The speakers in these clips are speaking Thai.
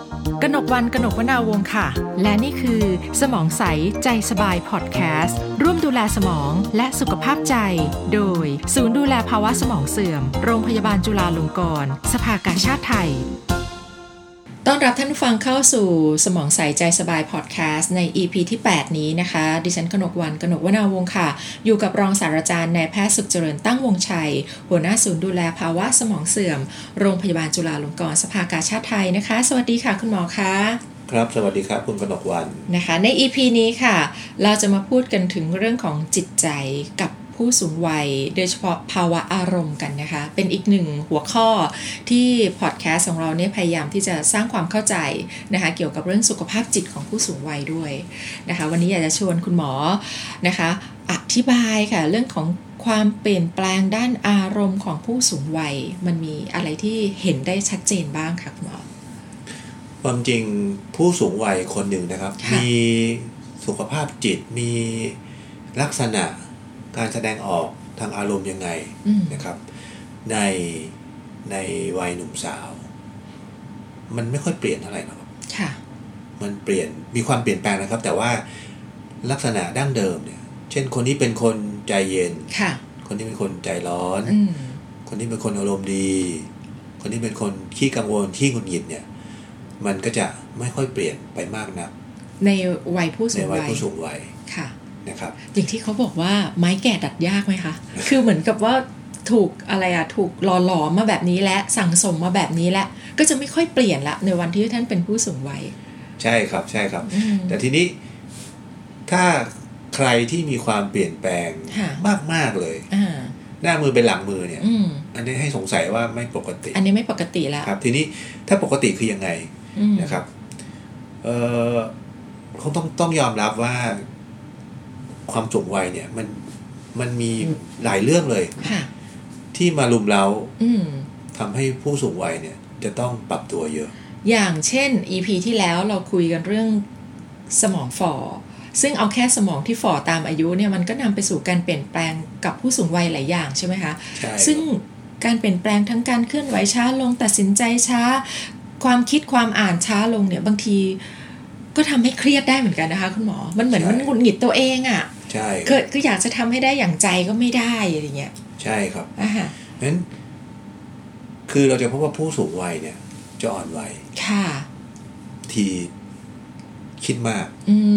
กนกวรรณ กนกวนาวงศ์ค่ะและนี่คือสมองใสใจสบายพอดแคสต์ร่วมดูแลสมองและสุขภาพใจโดยศูนย์ดูแลภาวะสมองเสื่อมโรงพยาบาลจุฬาลงกรณ์สภากาชาดไทยต้อนรับท่านผู้ฟังเข้าสู่สมองใสใจสบายพอดแคสต์ใน EP ที่ 8 นี้นะคะดิฉันกนกวรรณ กนกวนาวงศ์ค่ะอยู่กับรองศาสตราจารย์นายแพทย์สุขเจริญตั้งวงชัยหัวหน้าศูนย์ดูแลภาวะสมองเสื่อมโรงพยาบาลจุฬาลงกรณ์สภากาชาดไทยนะคะสวัสดีค่ะคุณหมอคะครับสวัสดีครับคุณกนกวรรณนะคะใน EP นี้ค่ะเราจะมาพูดกันถึงเรื่องของจิตใจกับผู้สูงวัยโดยเฉพาะภาวะอารมณ์กันนะคะเป็นอีกหนึ่งหัวข้อที่พอดแคสต์ของเราเนี่ยพยายามที่จะสร้างความเข้าใจนะคะเกี่ยวกับเรื่องสุขภาพจิตของผู้สูงวัยด้วยนะคะวันนี้อยากจะชวนคุณหมอนะคะอธิบายค่ะเรื่องของความเปลี่ยนแปลงด้านอารมณ์ของผู้สูงวัยมันมีอะไรที่เห็นได้ชัดเจนบ้างค่ะคุณหมอความจริงผู้สูงวัยคนหนึ่งนะครับมีสุขภาพจิตมีลักษณะการแสดงออกทางอารมณ์ยังไงนะครับในวัยหนุ่มสาวมันไม่ค่อยเปลี่ยนเท่าไหร่นะครับมันเปลี่ยนมีความเปลี่ยนแปลงนะครับแต่ว่าลักษณะดั้งเดิมเนี่ยเช่นคนที่เป็นคนใจเย็นคนที่เป็นคนใจร้อนคนที่เป็นคนอารมณ์ดีคนที่เป็นคนขี้กังวลขี้หงุดหงิดเนี่ยมันก็จะไม่ค่อยเปลี่ยนไปมากนักในวัยผู้สูงวัยค่ะนะครับอย่างที่เขาบอกว่าไม้แก่ดัดยากไหมคะ คือเหมือนกับว่าถูกถูกหล่อหลอมมาแบบนี้และสั่งสมมาแบบนี้และก็จะไม่ค่อยเปลี่ยนละในวันที่ท่านเป็นผู้สูงวัยใช่ครับใช่ครับแต่ทีนี้ถ้าใครที่มีความเปลี่ยนแปลงมากๆเลยหน้ามือเป็นหลังมือเนี่ยอันนี้ให้สงสัยว่าไม่ปกติอันนี้ไม่ปกติแล้วครับทีนี้ถ้าปกติคือยังไงนะครับเขาต้องยอมรับว่าความสูงวัยเนี่ยมันมีหลายเรื่องเลยที่มารุมเร้าทำให้ผู้สูงวัยเนี่ยจะต้องปรับตัวเยอะอย่างเช่น EP ที่แล้วเราคุยกันเรื่องสมองฝ่อซึ่งเอาแค่สมองที่ฝ่อตามอายุเนี่ยมันก็นำไปสู่การเปลี่ยนแปลงกับผู้สูงวัยหลายอย่างใช่ไหมคะซึ่งการเปลี่ยนแปลงทั้งการเคลื่อนไหวช้าลงตัดสินใจช้าความคิดความอ่านช้าลงเนี่ยบางทีก็ทำให้เครียดได้เหมือนกันนะคะคุณหมอมันเหมือนมันหงุดหงิดตัวเองอ่ะใช่คืออยากจะทำให้ได้อย่างใจก็ไม่ได้อะไรเงี้ยใช่ครับงั้นคือเราจะพบว่าผู้สูงวัยเนี่ยจะอ่อนไหวค่ะทีคิดมาก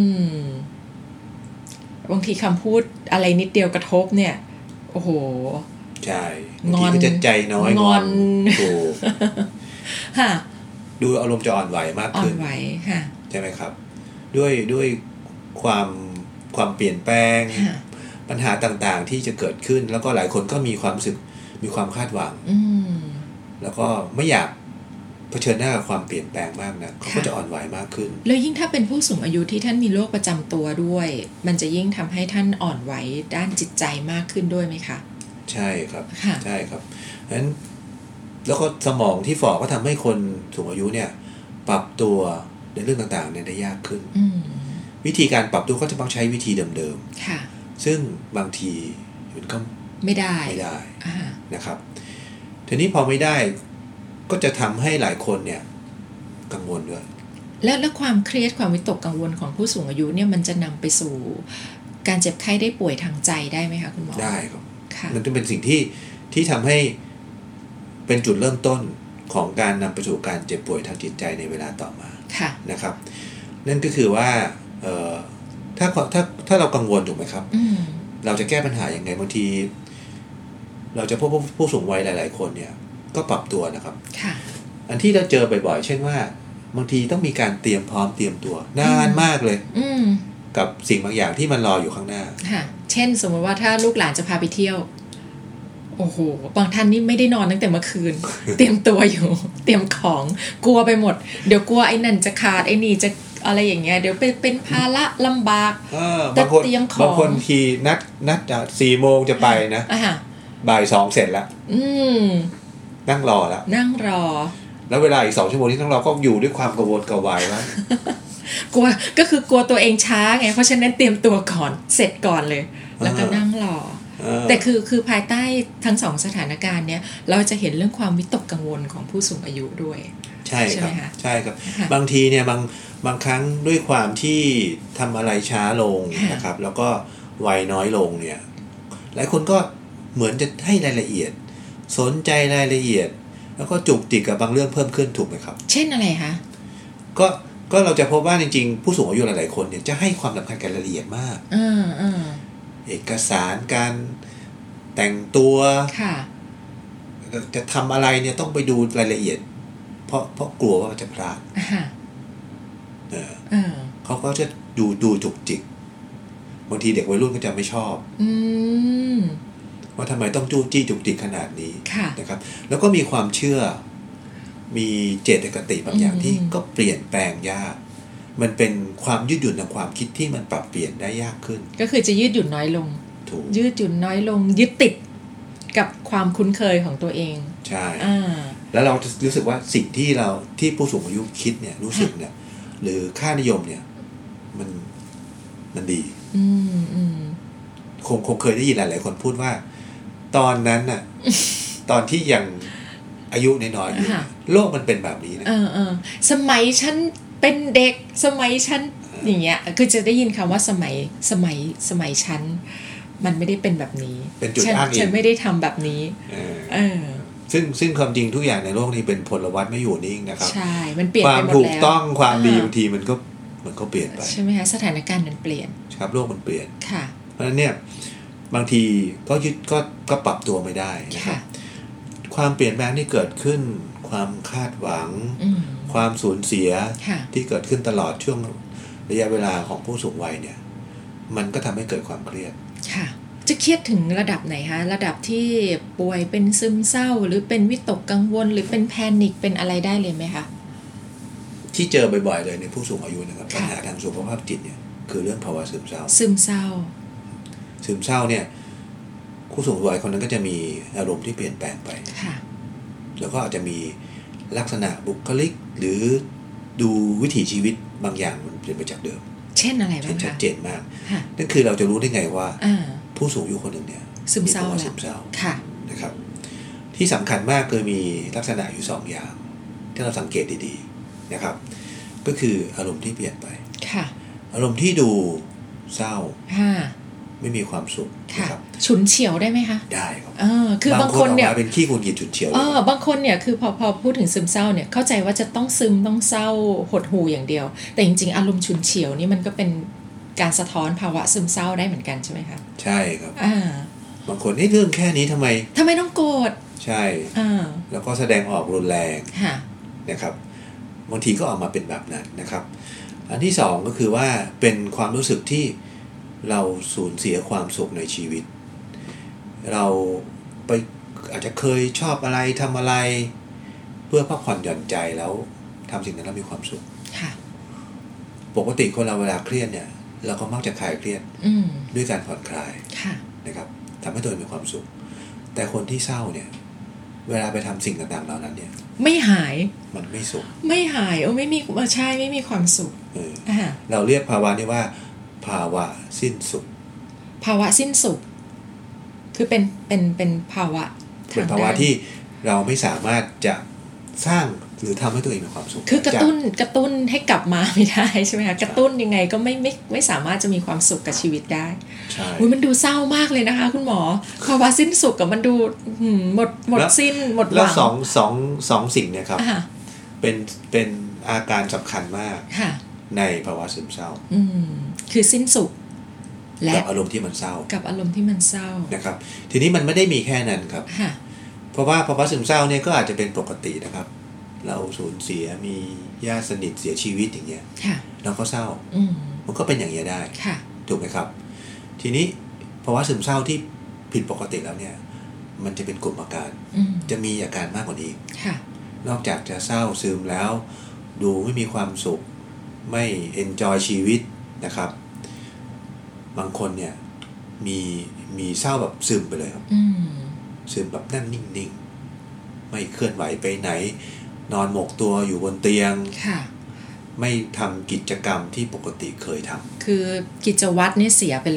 บางทีคำพูดอะไรนิดเดียวกระทบเนี่ยโอ้โหใช่บางทีก็จะใจน้อยงอนถูกค่ะดูอารมณ์จะอ่อนไหวมากขึ้นอ่อนไหวค่ะใช่ไหมครับด้วยความเปลี่ยนแปลงปัญหาต่างๆที่จะเกิดขึ้นแล้วก็หลายคนก็มีความรู้สึกมีความคาดหวังแล้วก็ไม่อยากเผชิญหน้ากับความเปลี่ยนแปลงมากนะเขาก็จะอ่อนไหวมากขึ้นแล้วยิ่งถ้าเป็นผู้สูงอายุที่ท่านมีโรคประจำตัวด้วยมันจะยิ่งทำให้ท่านอ่อนไหวด้านจิตใจมากขึ้นด้วยไหมคะใช่ครับใช่ครับเพราะฉะนั้นแล้วก็สมองที่ฝ่อก็ทำให้คนสูงอายุเนี่ยปรับตัวในเรื่องต่างๆเนี่ยได้ยากขึ้นวิธีการปรับตัวก็จะต้องใช้วิธีเดิมๆซึ่งบางทีมันก็ไม่ได้นะครับทีนี้พอไม่ได้ก็จะทำให้หลายคนเนี่ยกังวลด้วยแล้วความเครียดความวิตกกังวลของผู้สูงอายุเนี่ยมันจะนำไปสู่การเจ็บไข้ได้ป่วยทางใจได้ไหมคะคุณหมอได้ครับมันจะเป็นสิ่งที่ทำให้เป็นจุดเริ่มต้นของการนำไปสู่การเจ็บป่วยทางจิตใจในเวลาต่อมานะครับนั่นก็คือว่าถ้าเรากังวลถูกไหมครับเราจะแก้ปัญหาอย่างไงบางทีเราจะพบผู้สูงวัยหลายๆคนเนี่ยก็ปรับตัวนะครับอันที่เราเจอบ่อยๆเช่นว่าบางทีต้องมีการเตรียมพร้อมเตรียมตัวนานมากเลยกับสิ่งบางอย่างที่มันรออยู่ข้างหน้าเช่นสมมติว่าถ้าลูกหลานจะพาไปเที่ยวโอ้โหบางท่านนี่ไม่ได้นอนตั้งแต่เมื่อคืน เตรียมตัวอยู่เตรียมของกลัวไปหมดเดี๋ยวกลัวไอ้นั่นจะขาดไอ้นี่จะอะไรอย่างเงี้ยเดี๋ยวเป็นภาระลำบากบางคนทีนัดจะ 4 โมงจะไปนะบ่าย 2 เสร็จแล้วนั่งรอแล้วเวลาอีก2 ชั่วโมงที่ต้องรอก็อยู่ด้วยความกังวลกระวายแล้วกลัวก็คือกลัวตัวเองช้าไงเพราะฉะนั้นเตรียมตัวก่อนเสร็จก่อนเลยแล้วก็นั่งรอแต่คือภายใต้ทั้งสองสถานการณ์เนี้ยเราจะเห็นเรื่องความวิตกกังวลของผู้สูงอายุด้วยใช่ครับใช่ครับบางทีเนี่ยบางครั้งด้วยความที่ทำอะไรช้าลงนะครับแล้วก็วัยน้อยลงเนี่ยหลายคนก็เหมือนจะให้รายละเอียดสนใจรายละเอียดแล้วก็จุกจิกกับบางเรื่องเพิ่มขึ้นถูกไหมครับเช่นอะไรคะก็เราจะพบว่าจริงๆผู้สูงอายุหลายๆคนเนี่ยจะให้ความสำคัญกับรายละเอียดมากเอกสารการแต่งตัวจะทำอะไรเนี่ยต้องไปดูรายละเอียดเพราะกลัวว่ามันจะพลาดเขาก็จะดูจุกจิกบางทีเด็กวัยรุ่นก็จะไม่ชอบว่าทำไมต้องจู้จี้จุกจิกขนาดนี้นะครับแล้วก็มีความเชื่อมีเจตคติบางอย่างที่ก็เปลี่ยนแปลงยากมันเป็นความยืดหยุ่นทางความคิดที่มันปรับเปลี่ยนได้ยากขึ้นก็คือจะยืดหยุ่นน้อยลงยืดหยุ่นน้อยลงยึดติดกับความคุ้นเคยของตัวเองใช่แล้วเราจะรู้สึกว่าสิ่งที่ผู้สูงอายุคิดเนี่ยรู้สึกเนี่ยหรือค่านิยมเนี่ยมันดีคงเคยได้ยินหลายๆคนพูดว่าตอนนั้นน่ะ ตอนที่ยังอายุน้อยๆอยู่โลกมันเป็นแบบนี้นะสมัยฉันเป็นเด็กสมัยฉันอย่างเงี้ยคือจะได้ยินคำว่าสมัยฉันมันไม่ได้เป็นแบบนี้เป็นจุดอ้างอิงฉันไม่ได้ทำแบบนี้ซึ่งความจริงทุกอย่างในโลกนี้เป็นพลวัตไม่อยู่นิ่งนะครับใช่มันเปลี่ยนไปหมดแล้วความถูกต้องความดีบางทีมันก็เปลี่ยนไปใช่ไหมคะสถานการณ์มันเปลี่ยนครับโลกมันเปลี่ยนค่ะเพราะฉะนั้นเนี่ยบางทีก็ปรับตัวไม่ได้นะครับความเปลี่ยนแปลงที่เกิดขึ้นความคาดหวังความสูญเสียที่เกิดขึ้นตลอดช่วงระยะเวลาของผู้สูงวัยเนี่ยมันก็ทำให้เกิดความเครียดค่ะจะเครียดถึงระดับไหนคะระดับที่ป่วยเป็นซึมเศร้าหรือเป็นวิตกกังวลหรือเป็นแพนิคเป็นอะไรได้เลยไหมคะที่เจอบ่อยๆเลยในผู้สูงอายุนะครับปัญหาทางสุขภาพจิตเนี่ยคือเรื่องภาวะซึมเศร้าเนี่ยผู้สูงวัยคนนั้นก็จะมีอารมณ์ที่เปลี่ยนแปลงไปแล้วก็อาจจะมีลักษณะบุคลิกหรือดูวิถีชีวิตบางอย่างมันเปลี่ยนไปจากเดิมเช่นอะไรบ้างคะชัดเจนมากนั่นคือเราจะรู้ได้ไงว่าผู้สูงอายุคนหนึ่งเนี่ยซึมเศร้านะครับที่สำคัญมากคือมีลักษณะอยู่2อย่างที่เราสังเกตดีๆนะครับก็คืออารมณ์ที่เปลี่ยนไปอารมณ์ที่ดูเศร้าไม่มีความสุขนะครับฉุนเฉียวได้ไหมคะได้ครับคือบางคนเนี่ยเป็นขี้กุนหยิดฉุนเฉียวบางคนเนี่ยคือพอพูดถึงซึมเศร้าเนี่ยเข้าใจว่าจะต้องซึมต้องเศร้าหดหู่อย่างเดียวแต่จริงๆอารมณ์ฉุนเฉียวนี่มันก็เป็นการสะท้อนภาวะซึมเศร้าได้เหมือนกันใช่ไหมคะใช่ครับบางคนนี่เรื่องแค่นี้ทำไมต้องโกรธใช่แล้วก็แสดงออกรุนแรงนะครับบางทีก็ออกมาเป็นแบบนั้นนะครับอันที่2ก็คือว่าเป็นความรู้สึกที่เราสูญเสียความสุขในชีวิตเราไปอาจจะเคยชอบอะไรทำอะไรเพื่อพักผ่อนหย่อนใจแล้วทำสิ่งนั้นแล้วมีความสุขปกติคนเราเวลาเครียดเนี่ยเราก็มักจะคลายเครียดด้วยการผ่อนคลายนะครับทำให้ตัวเองมีความสุขแต่คนที่เศร้าเนี่ยเวลาไปทำสิ่งต่างๆเหล่านั้นเนี่ยไม่หายมันไม่สุขไม่หายไม่มีใช่ไม่มีความสุขเราเรียกภาวะนี้ว่าภาวะสิ้นสุขคือเป็นภาวะที่เราไม่สามารถจะสร้างหรือทำให้ตัวเองมีความสุขคือกระตุ้นให้กลับมาไม่ได้ใช่ไหมคะกระตุ้นยังไงก็ไม่สามารถจะมีความสุขกับชีวิตได้ใช่มันดูเศร้ามากเลยนะคะคุณหมอภาวะสิ้นสุขกับมันดูหมดสิ้นหมดหวังแล้วสองสิ่งเนี่ยครับเป็นอาการสำคัญมากในภาวะซึมเศร้าคือสิ้นสุขกับอารมณ์ที่มันเศร้านะครับทีนี้มันไม่ได้มีแค่นั้นครับเพราะว่าภาวะซึมเศร้าเนี่ยก็อาจจะเป็นปกตินะครับเราสูญเสียมีญาติสนิทเสียชีวิตอย่างเงี้ยเราก็เศร้ามันก็เป็นอย่างเงี้ยได้ถูกไหมครับทีนี้ภาวะซึมเศร้าที่ผิดปกติแล้วเนี่ยมันจะเป็นกลุ่มอาการจะมีอาการมากกว่านี้นอกจากจะเศร้าซึมแล้วดูไม่มีความสุขไม่เอนจอยชีวิตนะครับบางคนเนี่ยมีเศร้าแบบซึมไปเลยครับซึมแบบนั่งนิ่งๆไม่เคลื่อนไหวไปไหนนอนหมกตัวอยู่บนเตียงไม่ทำกิจกรรมที่ปกติเคยทำคือกิจวัตรนี่เสียไปเลย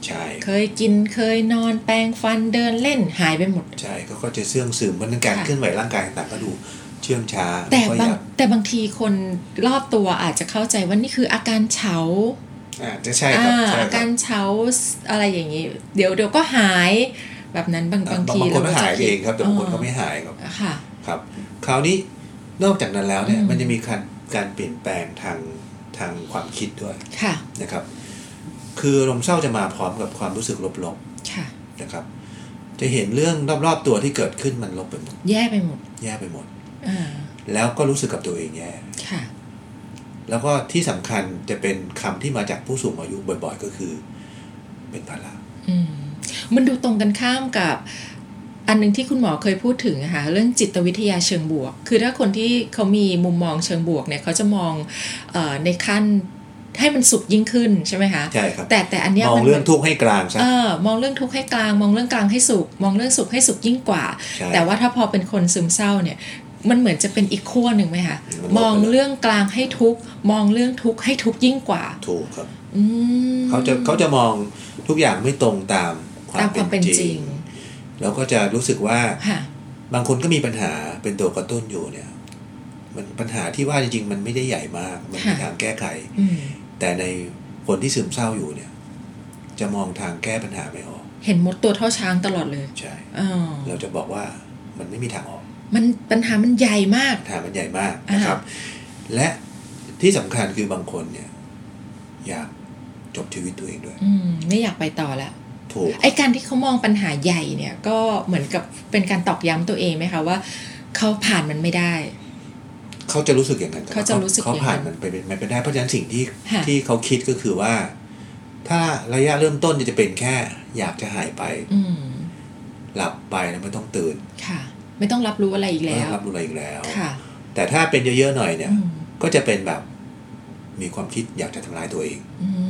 ใช่เคยกินเคยนอนแปรงฟันเดินเล่นหายไปหมดใช่ก็จะเสื่องซึมเพราะนั้นการเคลื่อนไหวร่างกายต่างๆก็ดูเชื่องช้าแต่บางทีคนรอบตัวอาจจะเข้าใจว่านี่คืออาการเฉาจะใช่ครับอาการเฉาอะไรอย่างนี้เดี๋ยวก็หายแบบนั้นบางทีเราก็หายเองครับแต่บางคนก็ไม่หายครับครับคราวนี้นอกจากนั้นแล้วเนี่ยมันจะมีการเปลี่ยนแปลงทางความคิดด้วยนะครับคืออารมณ์เศร้าจะมาพร้อมกับความรู้สึกลบๆนะครับจะเห็นเรื่องรอบๆตัวที่เกิดขึ้นมันลบไปหมดแย่ไปหมดแล้วก็รู้สึกกับตัวเองแย่แล้วก็ที่สำคัญจะเป็นคำที่มาจากผู้สูงอายุบ่อยๆก็คือเป็นภาระมันดูตรงกันข้ามกับอันนึงที่คุณหมอเคยพูดถึงค่ะเรื่องจิตวิทยาเชิงบวกคือถ้าคนที่เขามีมุมมองเชิงบวกเนี่ยเขาจะมองในขั้นให้มันสุขยิ่งขึ้นใช่ไหมคะใช่ครับแต่อันเนี้ยมองเรื่องทุกข์ให้กลางใช่มองเรื่องทุกข์ให้กลางมองเรื่องกลางให้สุขมองเรื่องสุขให้สุขยิ่งกว่าแต่ว่าถ้าพอเป็นคนซึมเศร้าเนี่ยมันเหมือนจะเป็นอีกขั้วหนึ่งไหมคะมองเรื่องกลางให้ทุกข์มองเรื่องทุกข์ให้ทุกข์ยิ่งกว่าถูกครับเขาจะมองทุกอย่างไม่ตรงตามความเป็นจริงแล้วก็จะรู้สึกว่าบางคนก็มีปัญหาเป็นตัวกระตุ้นอยู่เนี่ยมันปัญหาที่ว่าจริงๆมันไม่ได้ใหญ่มากมันมีทางแก้ไขแต่ในคนที่ซึมเศร้าอยู่เนี่ยจะมองทางแก้ปัญหาไม่ออกเห็นมดตัวเท่าช้างตลอดเลยใช่เราจะบอกว่ามันไม่มีทางออกมันปัญหามันใหญ่มากปัญหามันใหญ่มากนะครับและที่สำคัญคือบางคนเนี่ยอยากจบชีวิตตัวเองด้วยไม่อยากไปต่อแล้วไอ้การที่เขามองปัญหาใหญ่เนี่ยก็เหมือนกับเป็นการตอกย้ำตัวเองไหมคะว่าเขาผ่านมันไม่ได้เขาจะรู้สึกอย่างนั้นเขาจะรู้สึกเขาผ่านมันไปไม่ได้เพราะฉะนั้นสิ่งที่เขาคิดก็คือว่าถ้าระยะเริ่มต้นจะเป็นแค่อยากจะหายไปหลับไปแล้วไม่ต้องตื่นค่ะไม่ต้องรับรู้อะไรอีกแล้วรับรู้อะไรอีกแล้วแต่ถ้าเป็นเยอะๆหน่อยเนี่ยก็จะเป็นแบบมีความคิดอยากจะทำร้ายตัวเอง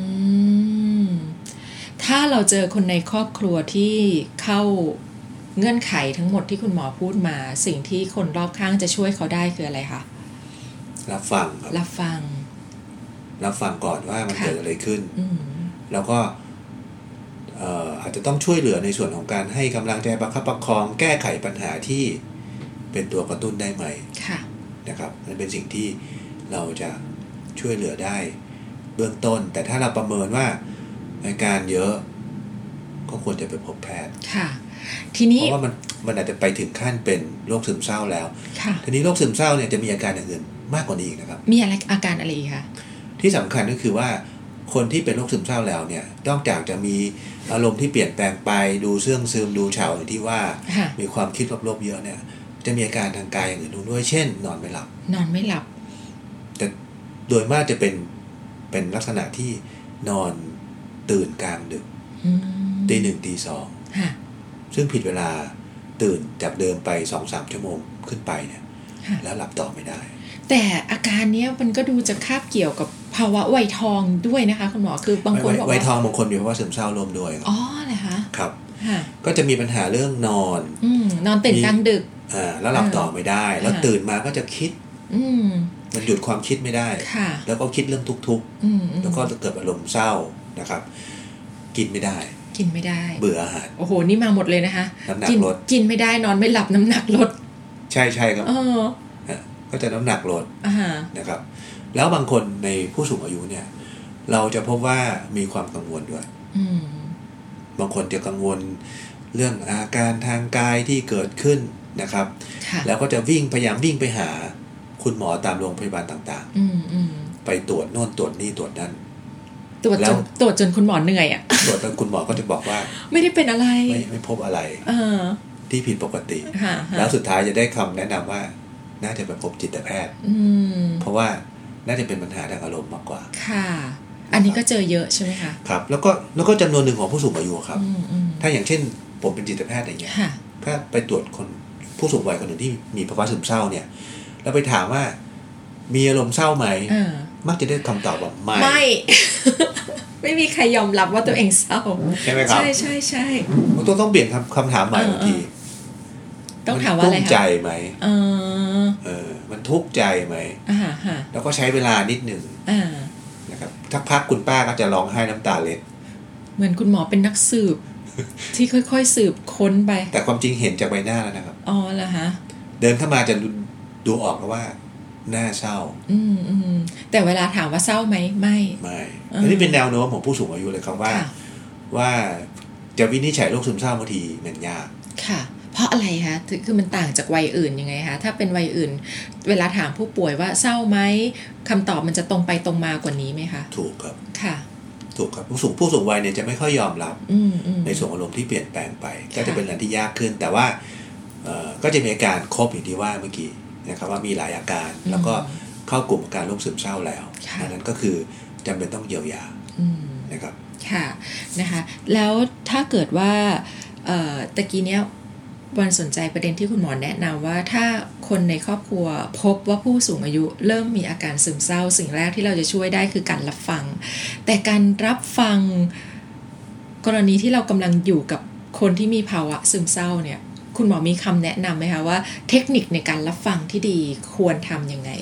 ถ้าเราเจอคนในครอบครัวที่เข้าเงื่อนไขทั้งหมดที่คุณหมอพูดมาสิ่งที่คนรอบข้างจะช่วยเขาได้คืออะไรคะรับฟังครับรับฟังก่อนว่ามันเกิดอะไรขึ้นแล้วก็อาจจะต้องช่วยเหลือในส่วนของการให้กำลังใจประคับประคองแก้ไขปัญหาที่เป็นตัวกระตุ้นได้ไหมนะครับมันเป็นสิ่งที่เราจะช่วยเหลือได้เบื้องต้นแต่ถ้าเราประเมินว่าอาการเยอะก็ควรจะไปพบแพทย์ค่ะทีนี้เพราะว่ามันอาจจะไปถึงขั้นเป็นโรคซึมเศร้าแล้วทีนี้โรคซึมเศร้าเนี่ยจะมีอาการอย่างอื่นมากกว่านี้อีกนะครับมีอะไรอาการอะไรอีกคะที่สำคัญก็คือว่าคนที่เป็นโรคซึมเศร้าแล้วเนี่ยนอกจากจะมีอารมณ์ที่เปลี่ยนแปลงไปดูเสื่องซึมดูเฉาอย่างที่ว่ามีความคิดลบๆเยอะเนี่ยจะมีอาการทางกายอย่างอื่นด้วยเช่นนอนไม่หลับแต่โดยมากจะเป็นลักษณะที่นอนตื่นกลางดึกตี 1 ตี 2ซึ่งผิดเวลาตื่นจากเดิมไป 2-3 ชั่วโมงขึ้นไปเนี่ยแล้วหลับต่อไม่ได้แต่อาการนี้มันก็ดูจะคาบเกี่ยวกับภาวะวัยทองด้วยนะคะคุณหมอคือบางคนบอกว่าวัยทองบางคนมีภาวะซึมเศร้าร่วมด้วยอ๋อเหรอคะครับก็จะมีปัญหาเรื่องนอนตื่นกลางดึกแล้วหลับต่อไม่ได้แล้วตื่นมาก็จะคิดมันหยุดความคิดไม่ได้แล้วก็คิดเรื่องทุกข์แล้วก็เกิดอารมณ์เศร้านะครับกินไม่ได้เบื่ออาหารโอ้โหนี่มาหมดเลยนะคะน้ำหนักลดกินไม่ได้นอนไม่หลับน้ำหนักลดใช่ครับก็จะน้ำหนักลดนะครับแล้วบางคนในผู้สูงอายุเนี่ยเราจะพบว่ามีความกังวลด้วยบางคนจะกังวลเรื่องอาการทางกายที่เกิดขึ้นนะครับแล้วก็จะพยายามวิ่งไปหาคุณหมอตามโรงพยาบาลต่างๆไปตรวจโน่นตรวจนี่ตรวจนั่นตรวจจนคุณหมอเหนื่อยอ่ะตรวจแล้วคุณหมอก็จะบอกว่าไม่ได้เป็นอะไรไม่พบอะไรที่ผิดปกติแล้วสุดท้ายจะได้คำแนะนำว่าน่าจะไปพบจิตแพทย์เพราะว่าน่าจะเป็นปัญหาทางอารมณ์มากกว่าค่ะอันนี้ก็เจอเยอะใช่ไหมคะครับแล้วก็จำนวนหนึ่งของผู้สูงอายุครับถ้าอย่างเช่นผมเป็นจิตแพทย์อย่างเงี้ยถ้าไปตรวจคนผู้สูงวัยคนหนึ่งที่มีภาวะซึมเศร้าเนี่ยแล้วไปถามว่ามีอารมณ์เศร้าไหมมักจะได้คำตอบว่าไม่ไม่มีใครยอมรับว่าตัวเองเศร้าใช่ไหมครับใช่ต้องเปลี่ยนคำถามใหม่บางทีต้องถามว่าอะไรคะมันทุกข์ใจไหมมันทุกข์ใจไหมแล้วก็ใช้เวลานิดหนึ่งนะครับทักพักคุณป้าก็จะร้องไห้น้ำตาเล็ดมือนคุณหมอเป็นนักสืบ ที่ค่อยๆสืบค้นไปแต่ความจริงเห็นจากใบหน้าแล้วนะครับอ๋อเหรอฮะเดินเข้ามาจะดูออกแล้วว่าหน้าเศร้าแต่เวลาถามว่าเศร้าไหมไม่อันนี้เป็นแนวโน้มของผู้สูงอายุเลยครับว่าจะวินิจฉัยโรคซึมเศร้าบางทีมันยากค่ะเพราะอะไรคะคือมันต่างจากวัยอื่นยังไงคะถ้าเป็นวัยอื่นเวลาถามผู้ป่วยว่าเศร้าไหมคำตอบมันจะตรงไปตรงมากว่านี้ไหมคะถูกครับค่ะถูกครับผู้สูงวัยเนี่ยจะไม่ค่อยยอมรับในส่วนอารมณ์ที่เปลี่ยนแปลงไปก็จะเป็นอะไรที่ยากขึ้นแต่ว่าก็จะมีอาการครบอย่างที่ว่าเมื่อกี้นะครับว่ามีหลายอาการแล้วก็เข้ากลุ่มอาการโรคซึมเศร้าแล้วดังนั้นก็คือจำเป็นต้องเยียวยานะครับค่ะนะคะแล้วถ้าเกิดว่าตะกี้เนี้ยวันสนใจประเด็นที่คุณหมอแนะนำว่าถ้าคนในครอบครัวพบว่าผู้สูงอายุเริ่มมีอาการซึมเศร้าสิ่งแรกที่เราจะช่วยได้คือการรับฟังแต่การรับฟังกรณีที่เรากำลังอยู่กับคนที่มีภาวะซึมเศร้าเนี่ยคุณหมอมีคำแนะนำไหมคะว่าเทคนิคในการรับฟังที่ดีควรทำยังไง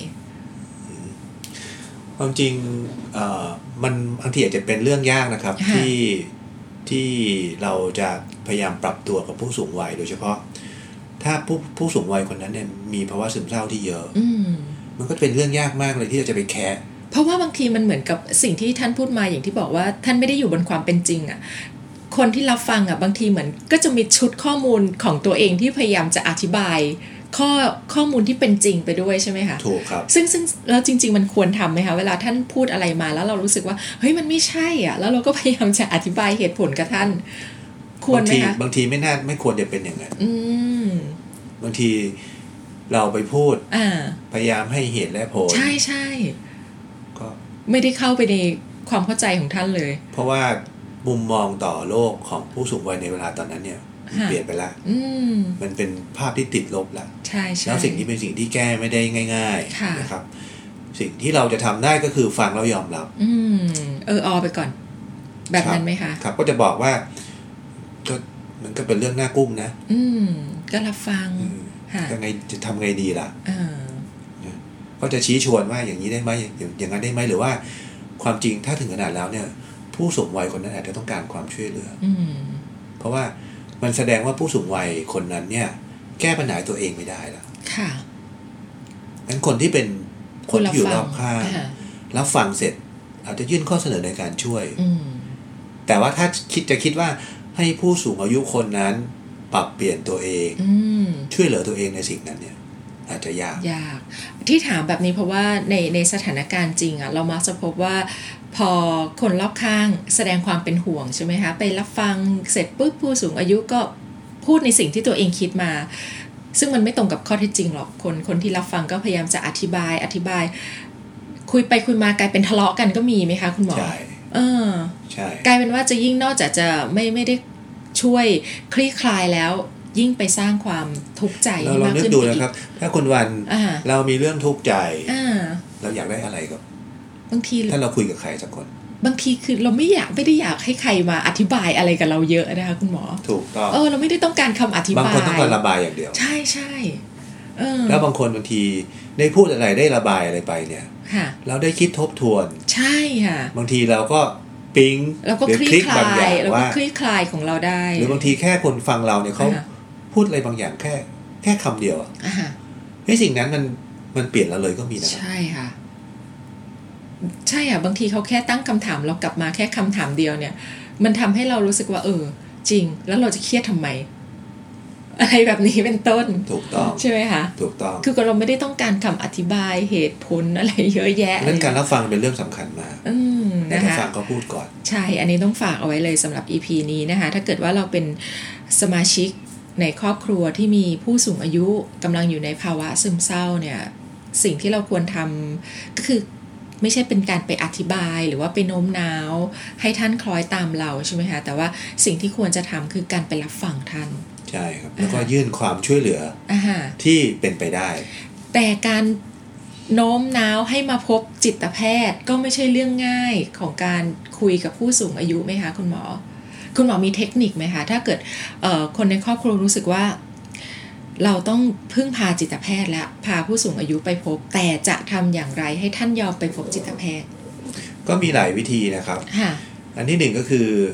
ความจริงมันบางทีอาจจะเป็นเรื่องยากนะครับที่เราจะพยายามปรับตัวกับผู้สูงวัยโดยเฉพาะถ้าผู้สูงวัยคนนั้นเนี่ยมีภาวะซึมเศร้าที่เยอะมันก็เป็นเรื่องยากมากเลยที่เราจะไปแคะเพราะว่าบางทีมันเหมือนกับสิ่งที่ท่านพูดมาอย่างที่บอกว่าท่านไม่ได้อยู่บนความเป็นจริงอ่ะคนที่รับฟังอ่ะบางทีเหมือนก็จะมีชุดข้อมูลของตัวเองที่พยายามจะอธิบายข้อมูลที่เป็นจริงไปด้วยใช่ไหมคะถูกครับซึ่งแล้วจริงๆมันควรทำไหมคะเวลาท่านพูดอะไรมาแล้วเรารู้สึกว่าเฮ้ยมันไม่ใช่อ่ะแล้วเราก็พยายามจะอธิบายเหตุผลกับท่านควรไหมคะบางทีไม่ควรจะเป็นอย่างนั้นบางทีเราไปพูดพยายามให้เหตุและผลใช่ๆก็ไม่ได้เข้าไปในความเข้าใจของท่านเลยเพราะว่ามุมมองต่อโลกของผู้สูงวัยในเวลาตอนนั้นเนี่ยเปลี่ยนไปแล้วมันเป็นภาพที่ติดลบแล้วใช่แล้วสิ่งที่เป็นสิ่งที่แก้ไม่ได้ง่ายๆนะครับสิ่งที่เราจะทำได้ก็คือฟังแล้วยอมรับไปก่อนแบบนั้นไหมคะครับก็จะบอกว่าก็มันก็เป็นเรื่องหน้ากุ้งนะก็รับฟังยังไงจะทำไงดีล่ะก็จะชี้ชวนว่าอย่างนี้ได้ไหมอย่างนั้นได้ไหมหรือว่าความจริงถ้าถึงขนาดแล้วเนี่ยผู้สูงวัยคนนั้นอาจจะต้องการความช่วยเหลือเพราะว่ามันแสดงว่าผู้สูงวัยคนนั้นเนี่ยแก้ปัญหาตัวเองไม่ได้แล้วค่ะงั้นคนที่เป็นคนที่อยู่รอบข้างรับฟังเสร็จอาจจะยื่นข้อเสนอในการช่วยแต่ว่าถ้าคิดว่าให้ผู้สูงอายุคนนั้นปรับเปลี่ยนตัวเองช่วยเหลือตัวเองในสิ่งนั้นเนี่ยอาจจะยากที่ถามแบบนี้เพราะว่าในสถานการณ์จริงอ่ะเรามักจะพบว่าพอคนรอบข้างแสดงความเป็นห่วงใช่ไหมคะไปรับฟังเสร็จปุ๊บผู้สูงอายุก็พูดในสิ่งที่ตัวเองคิดมาซึ่งมันไม่ตรงกับข้อเท็จจริงหรอกคนที่รับฟังก็พยายามจะอธิบายคุยไปคุยมากลายเป็นทะเลาะกันก็มีไหมคะคุณหมอใช่ใช่กลายเป็นว่าจะยิ่งนอกจากจะไม่ได้ช่วยคลี่คลายแล้วยิ่งไปสร้างความทุกข์ใจมากขึ้นดูนะครับถ้าคุณวันเรามีเรื่องทุกข์ใจเราอยากได้อะไรกับบางทีถ้าเราคุยกับใครสักคนบางทีคือเราไม่ได้อยากให้ใครมาอธิบายอะไรกับเราเยอะนะคะคุณหมอถูกต้องเราไม่ได้ต้องการคำอธิบายบางคนต้องการระบายอย่างเดียวใช่แล้วบางคนบางทีได้พูดอะไรได้ระบายอะไรไปเนี่ยเราได้คิดทบทวนใช่ค่ะบางทีเราก็ปิ๊งเราก็คลี่คลายเราก็คลี่คลายของเราได้หรือบางทีแค่คนฟังเราเนี่ยเขาพูดอะไรบางอย่างแค่คำเดียวให้สิ่งนั้นมันเปลี่ยนเราเลยก็มีนะใช่ค่ะใช่บางทีเขาแค่ตั้งคำถามเรากลับมาแค่คำถามเดียวเนี่ยมันทำให้เรารู้สึกว่าจริงแล้วเราจะเครียดทำไมอะไรแบบนี้เป็นต้นถูกต้องใช่ไหมคะถูกต้องคือเราไม่ได้ต้องการคำอธิบายเหตุผลอะไรเยอะแยะนั้นการรับฟังเป็นเรื่องสำคัญมากนะคะฟังเขาพูดก่อนใช่อันนี้ต้องฝากเอาไว้เลยสำหรับ EP นี้นะคะถ้าเกิดว่าเราเป็นสมาชิกในครอบครัวที่มีผู้สูงอายุกำลังอยู่ในภาวะซึมเศร้าเนี่ยสิ่งที่เราควรทำก็คือไม่ใช่เป็นการไปอธิบายหรือว่าไปโน้มน้าวให้ท่านคล้อยตามเราใช่ไหมคะแต่ว่าสิ่งที่ควรจะทำคือการไปรับฟังท่านใช่ครับแล้วก็ยื่นความช่วยเหลือที่เป็นไปได้แต่การโน้มน้าวให้มาพบจิตแพทย์ก็ไม่ใช่เรื่องง่ายของการคุยกับผู้สูงอายุไหมคะคุณหมอมีเทคนิคไหมคะถ้าเกิดคนในครอบครัวรู้สึกว่าเราต้องพึ่งพาจิตแพทย์และพาผู้สูงอายุไปพบแต่จะทำอย่างไรให้ท่านยอมไปพบจิตแพทย์ก็มีหลายวิธีนะครับอันที่หนึ่งก็คือ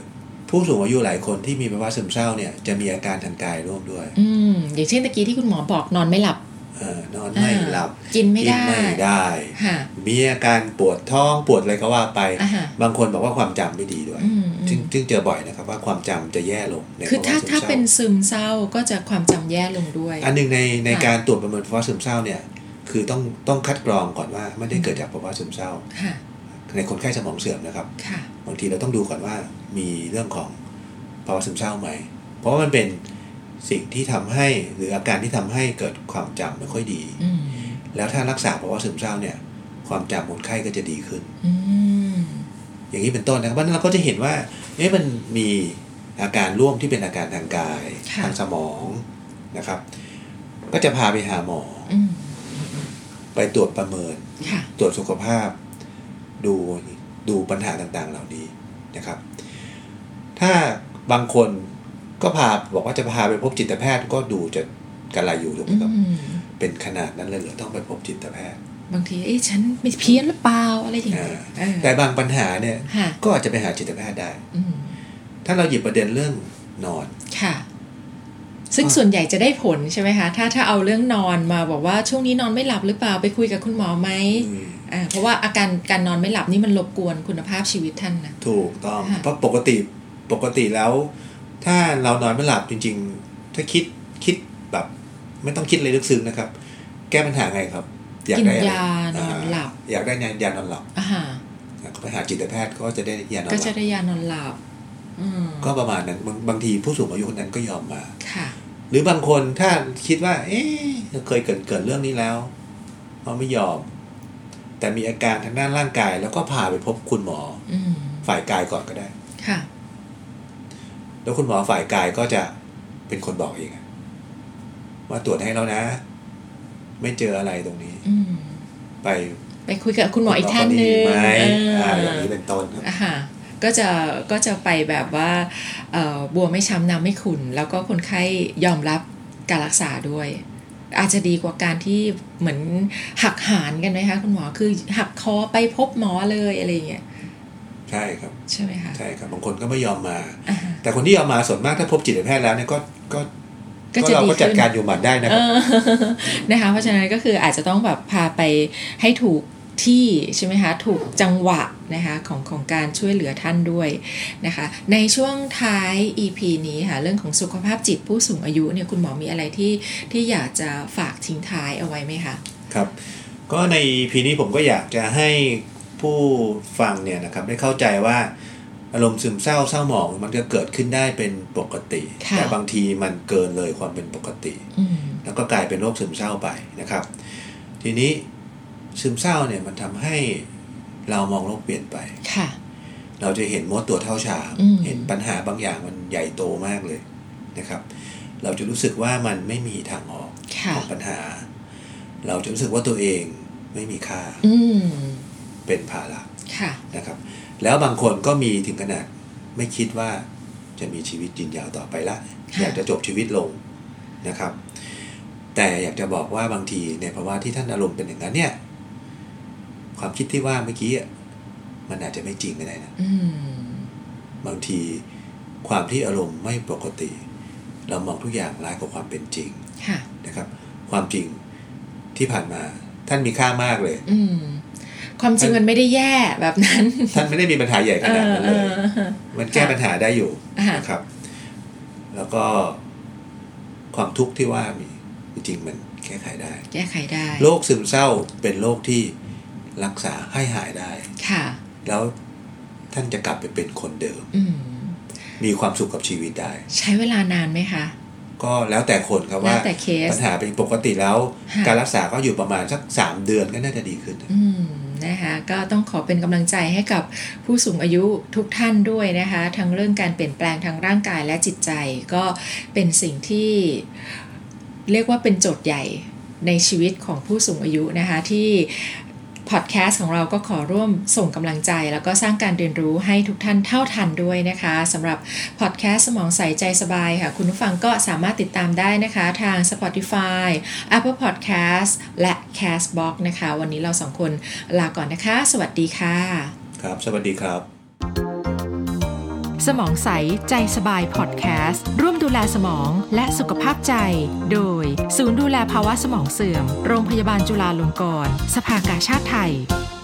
ผู้สูงอายุหลายคนที่มีภาวะซึมเศร้าเนี่ยจะมีอาการทางกายร่วมด้วยอย่างเช่นตะกี้ที่คุณหมอบอกนอนไม่หลับนอนไม่หลับกินไม่ได้มีอาการปวดท้องปวดอะไรก็ว่าไปบางคนบอกว่าความจำไม่ดีด้วยจึงเจอบ่อยนะครับว่าความจำจะแย่ลงคือถ้าเป็นซึมเศร้าก็จะความจำแย่ลงด้วยอันนึงในการตรวจประเมินภาวะซึมเศร้าเนี่ยคือต้องคัดกรองก่อนว่าไม่ได้เกิดจากภาวะซึมเศร้าในคนไข้สมองเสื่อมนะครับบางทีเราต้องดูก่อนว่ามีเรื่องของภาวะซึมเศร้าไหมเพราะว่ามันเป็นสิ่งที่ทำให้หรืออาการที่ทำให้เกิดความจำไม่ค่อยดีแล้วถ้ารักษาภาวะซึมเศร้าเนี่ยความจำคนไข้ก็จะดีขึ้นอย่างนี้เป็นต้นนะครับเพราะฉะนั้นเราก็จะเห็นว่ามันมีอาการร่วมที่เป็นอาการทางกายทางสมองนะครับก็จะพาไปหาหมอไปตรวจประเมินตรวจสุขภาพดูปัญหาต่างๆเหล่านี้นะครับถ้าบางคนก็บอกว่าจะพาไปพบจิตแพทย์ก็ดูจะกระไรอยู่ถูกไหมครับเป็นขนาดนั้นเลยเหรอต้องไปพบจิตแพทย์บางทีฉันไม่เพี้ยนหรือเปล่าอะไรอย่างเงี้ยแต่บางปัญหาเนี่ยก็อาจจะไปหาจิตแพทย์ได้ถ้าเราหยิบประเด็นเรื่องนอนค่ะซึ่งส่วนใหญ่จะได้ผลใช่ไหมคะถ้าเอาเรื่องนอนมาบอกว่าช่วงนี้นอนไม่หลับหรือเปล่าไปคุยกับคุณหมอไหมเพราะว่าอาการนอนไม่หลับนี่มันรบกวนคุณภาพชีวิตท่านนะถูกต้องเพราะปกติแล้วถ้าเรานอนไม่หลับจริงๆถ้าคิดแบบไม่ต้องคิดเลยลึกซึ้งนะครับแก้ปัญหาไงครับกินยานอนหลับอยากได้ยานอนหลับก็ไปหาจิตแพทย์ก็จะได้ยานอนหลับก็จะได้ยานอนหลับก็ประมาณนั้นบางทีผู้สูงอายุคนนั้นก็ยอมมาหรือบางคนถ้าคิดว่าเคยเกิดเรื่องนี้แล้วเขาไม่ยอมแต่มีอาการทางด้านร่างกายแล้วก็พาไปพบคุณหมอฝ่ายกายก่อนก็ได้ค่ะแล้วคุณหมอฝ่ายกายก็จะเป็นคนบอกเองว่าตรวจให้แล้วนะไม่เจออะไรตรงนี้ไปคุยกับคุณหมออีกท่านนึงอย่างนี้เป็นต้นครับก็จะไปแบบว่าบัวไม่ช้ำน้ำไม่ขุ่นแล้วก็คนไข้ยอมรับการรักษาด้วยอาจจะดีกว่าการที่เหมือนหักหานกันไหมคะคุณหมอคือหักคอไปพบหมอเลยอะไรอย่างเงี้ยใช่ครับใช่ไหมคะใช่ครับบางคนก็ไม่ยอมมาแต่คนที่ยอมมาส่วนมากถ้าพบจิตแพทย์แล้วเนี่ยก็เราก็จัดการอยู่หมัดได้นะครับนะคะเพราะฉะนั้นก็คืออาจจะต้องแบบพาไปให้ถูกที่ใช่ไหมคะถูกจังหวะนะคะของการช่วยเหลือท่านด้วยนะคะในช่วงท้าย EP นี้ค่ะเรื่องของสุขภาพจิตผู้สูงอายุเนี่ยคุณหมอมีอะไรที่อยากจะฝากทิ้งท้ายเอาไว้ไหมคะครับก็ใน EP นี้ผมก็อยากจะให้ผู้ฟังเนี่ยนะครับได้เข้าใจว่าอารมณ์ซึมเศร้าหมองมันจะเกิดขึ้นได้เป็นปกติแต่บางทีมันเกินเลยความเป็นปกติแล้วก็กลายเป็นโรคซึมเศร้าไปนะครับทีนี้ซึมเศร้าเนี่ยมันทำให้เรามองโลกเปลี่ยนไปเราจะเห็นมดตัวเท่าชามเห็นปัญหาบางอย่างมันใหญ่โตมากเลยนะครับเราจะรู้สึกว่ามันไม่มีทางออกของปัญหาเราจะรู้สึกว่าตัวเองไม่มีค่าเป็นภาระนะครับแล้วบางคนก็มีถึงขนาดไม่คิดว่าจะมีชีวิตยืนยาวต่อไปละอยากจะจบชีวิตลงนะครับแต่อยากจะบอกว่าบางทีในภาวะที่ท่านอารมณ์เป็นอย่างนั้นเนี่ยความคิดที่ว่าเมื่อกี้มันอาจจะไม่จริงก็ได้นะบางทีความที่อารมณ์ไม่ปกติเรามองทุกอย่างร้ายกว่าความเป็นจริงนะครับความจริงที่ผ่านมาท่านมีค่ามากเลยความจริงมันไม่ได้แย่แบบนั้นท่านไม่ได้มีปัญหาใหญ่ขนาดนั้นเลยมันแก้ปัญหาได้อยู่นะครับแล้วก็ความทุกข์ที่ว่ามีจริงๆมันแก้ไขได้โรคซึมเศร้าเป็นโรคที่รักษาให้หายได้ค่ะแล้วท่านจะกลับไปเป็นคนเดิมมีความสุขกับชีวิตได้ใช้เวลานานไหมคะก็แล้วแต่คนครับว่าปัญหาเป็นปกติแล้วการรักษาก็อยู่ประมาณสัก3 เดือนก็น่าจะดีขึ้นนะคะก็ต้องขอเป็นกำลังใจให้กับผู้สูงอายุทุกท่านด้วยนะคะทั้งเรื่องการเปลี่ยนแปลงทางร่างกายและจิตใจก็เป็นสิ่งที่เรียกว่าเป็นโจทย์ใหญ่ในชีวิตของผู้สูงอายุนะคะที่พอดแคสต์ของเราก็ขอร่วมส่งกำลังใจแล้วก็สร้างการเรียนรู้ให้ทุกท่านเท่าทันด้วยนะคะสำหรับพอดแคสต์สมองใสใจสบายค่ะคุณผู้ฟังก็สามารถติดตามได้นะคะทาง Spotify Apple Podcast และ Castbox นะคะวันนี้เรา2คนลาก่อนนะคะสวัสดีค่ะครับสวัสดีครับสมองใสใจสบายพอดแคสต์ร่วมดูแลสมองและสุขภาพใจโดยศูนย์ดูแลภาวะสมองเสื่อมโรงพยาบาลจุฬาลงกรณ์สภากาชาดไทย